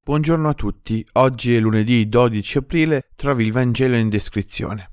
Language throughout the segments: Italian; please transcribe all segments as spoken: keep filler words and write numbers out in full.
Buongiorno a tutti, oggi è lunedì dodici aprile, trovi il Vangelo in descrizione.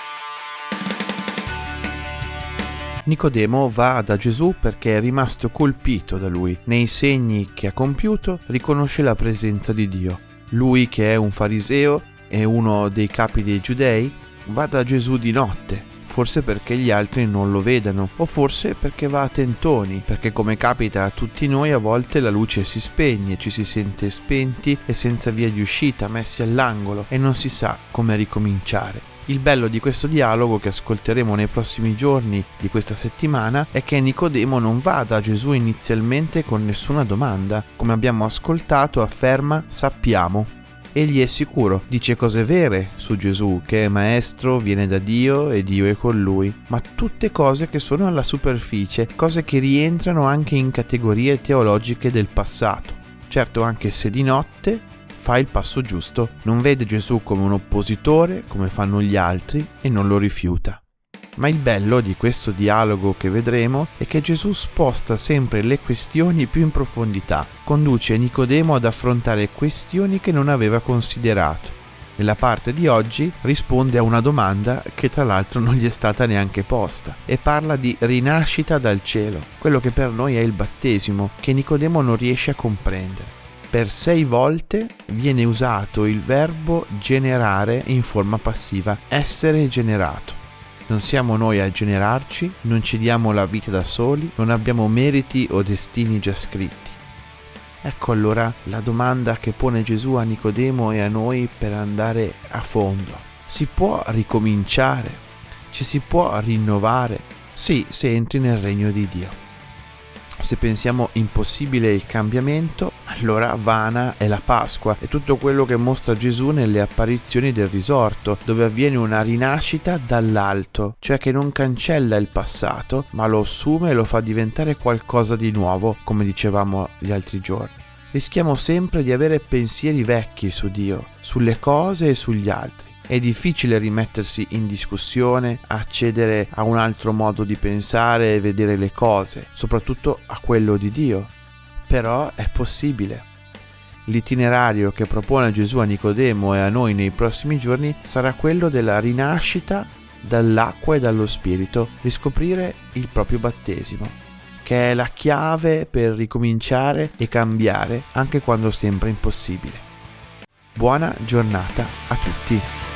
Nicodemo va da Gesù perché è rimasto colpito da lui. Nei segni che ha compiuto riconosce la presenza di Dio. Lui, che è un fariseo e uno dei capi dei giudei, va da Gesù di notte, forse perché gli altri non lo vedano, o forse perché va a tentoni, perché come capita a tutti noi a volte la luce si spegne, ci si sente spenti e senza via di uscita, messi all'angolo e non si sa come ricominciare. Il bello di questo dialogo che ascolteremo nei prossimi giorni di questa settimana è che Nicodemo non va da Gesù inizialmente con nessuna domanda. Come abbiamo ascoltato, afferma sappiamo. Egli è sicuro, dice cose vere su Gesù, che è maestro, viene da Dio e Dio è con lui, ma tutte cose che sono alla superficie, cose che rientrano anche in categorie teologiche del passato. Certo, anche se di notte fa il passo giusto, non vede Gesù come un oppositore, come fanno gli altri, e non lo rifiuta. Ma il bello di questo dialogo che vedremo è che Gesù sposta sempre le questioni più in profondità, conduce Nicodemo ad affrontare questioni che non aveva considerato. Nella parte di oggi risponde a una domanda che tra l'altro non gli è stata neanche posta e parla di rinascita dal cielo, quello che per noi è il battesimo, che Nicodemo non riesce a comprendere. Per sei volte viene usato il verbo generare in forma passiva, essere generato. Non siamo noi a generarci, non ci diamo la vita da soli, non abbiamo meriti o destini già scritti. Ecco allora la domanda che pone Gesù a Nicodemo e a noi per andare a fondo. Si può ricominciare? Ci si può rinnovare? Sì, se entri nel regno di Dio. Se pensiamo impossibile il cambiamento, allora vana è la Pasqua e tutto quello che mostra Gesù nelle apparizioni del risorto, dove avviene una rinascita dall'alto, cioè che non cancella il passato, ma lo assume e lo fa diventare qualcosa di nuovo, come dicevamo gli altri giorni. Rischiamo sempre di avere pensieri vecchi su Dio, sulle cose e sugli altri. È difficile rimettersi in discussione, accedere a un altro modo di pensare e vedere le cose, soprattutto a quello di Dio. Però è possibile. L'itinerario che propone Gesù a Nicodemo e a noi nei prossimi giorni sarà quello della rinascita dall'acqua e dallo Spirito, riscoprire il proprio battesimo, che è la chiave per ricominciare e cambiare anche quando sembra impossibile. Buona giornata a tutti.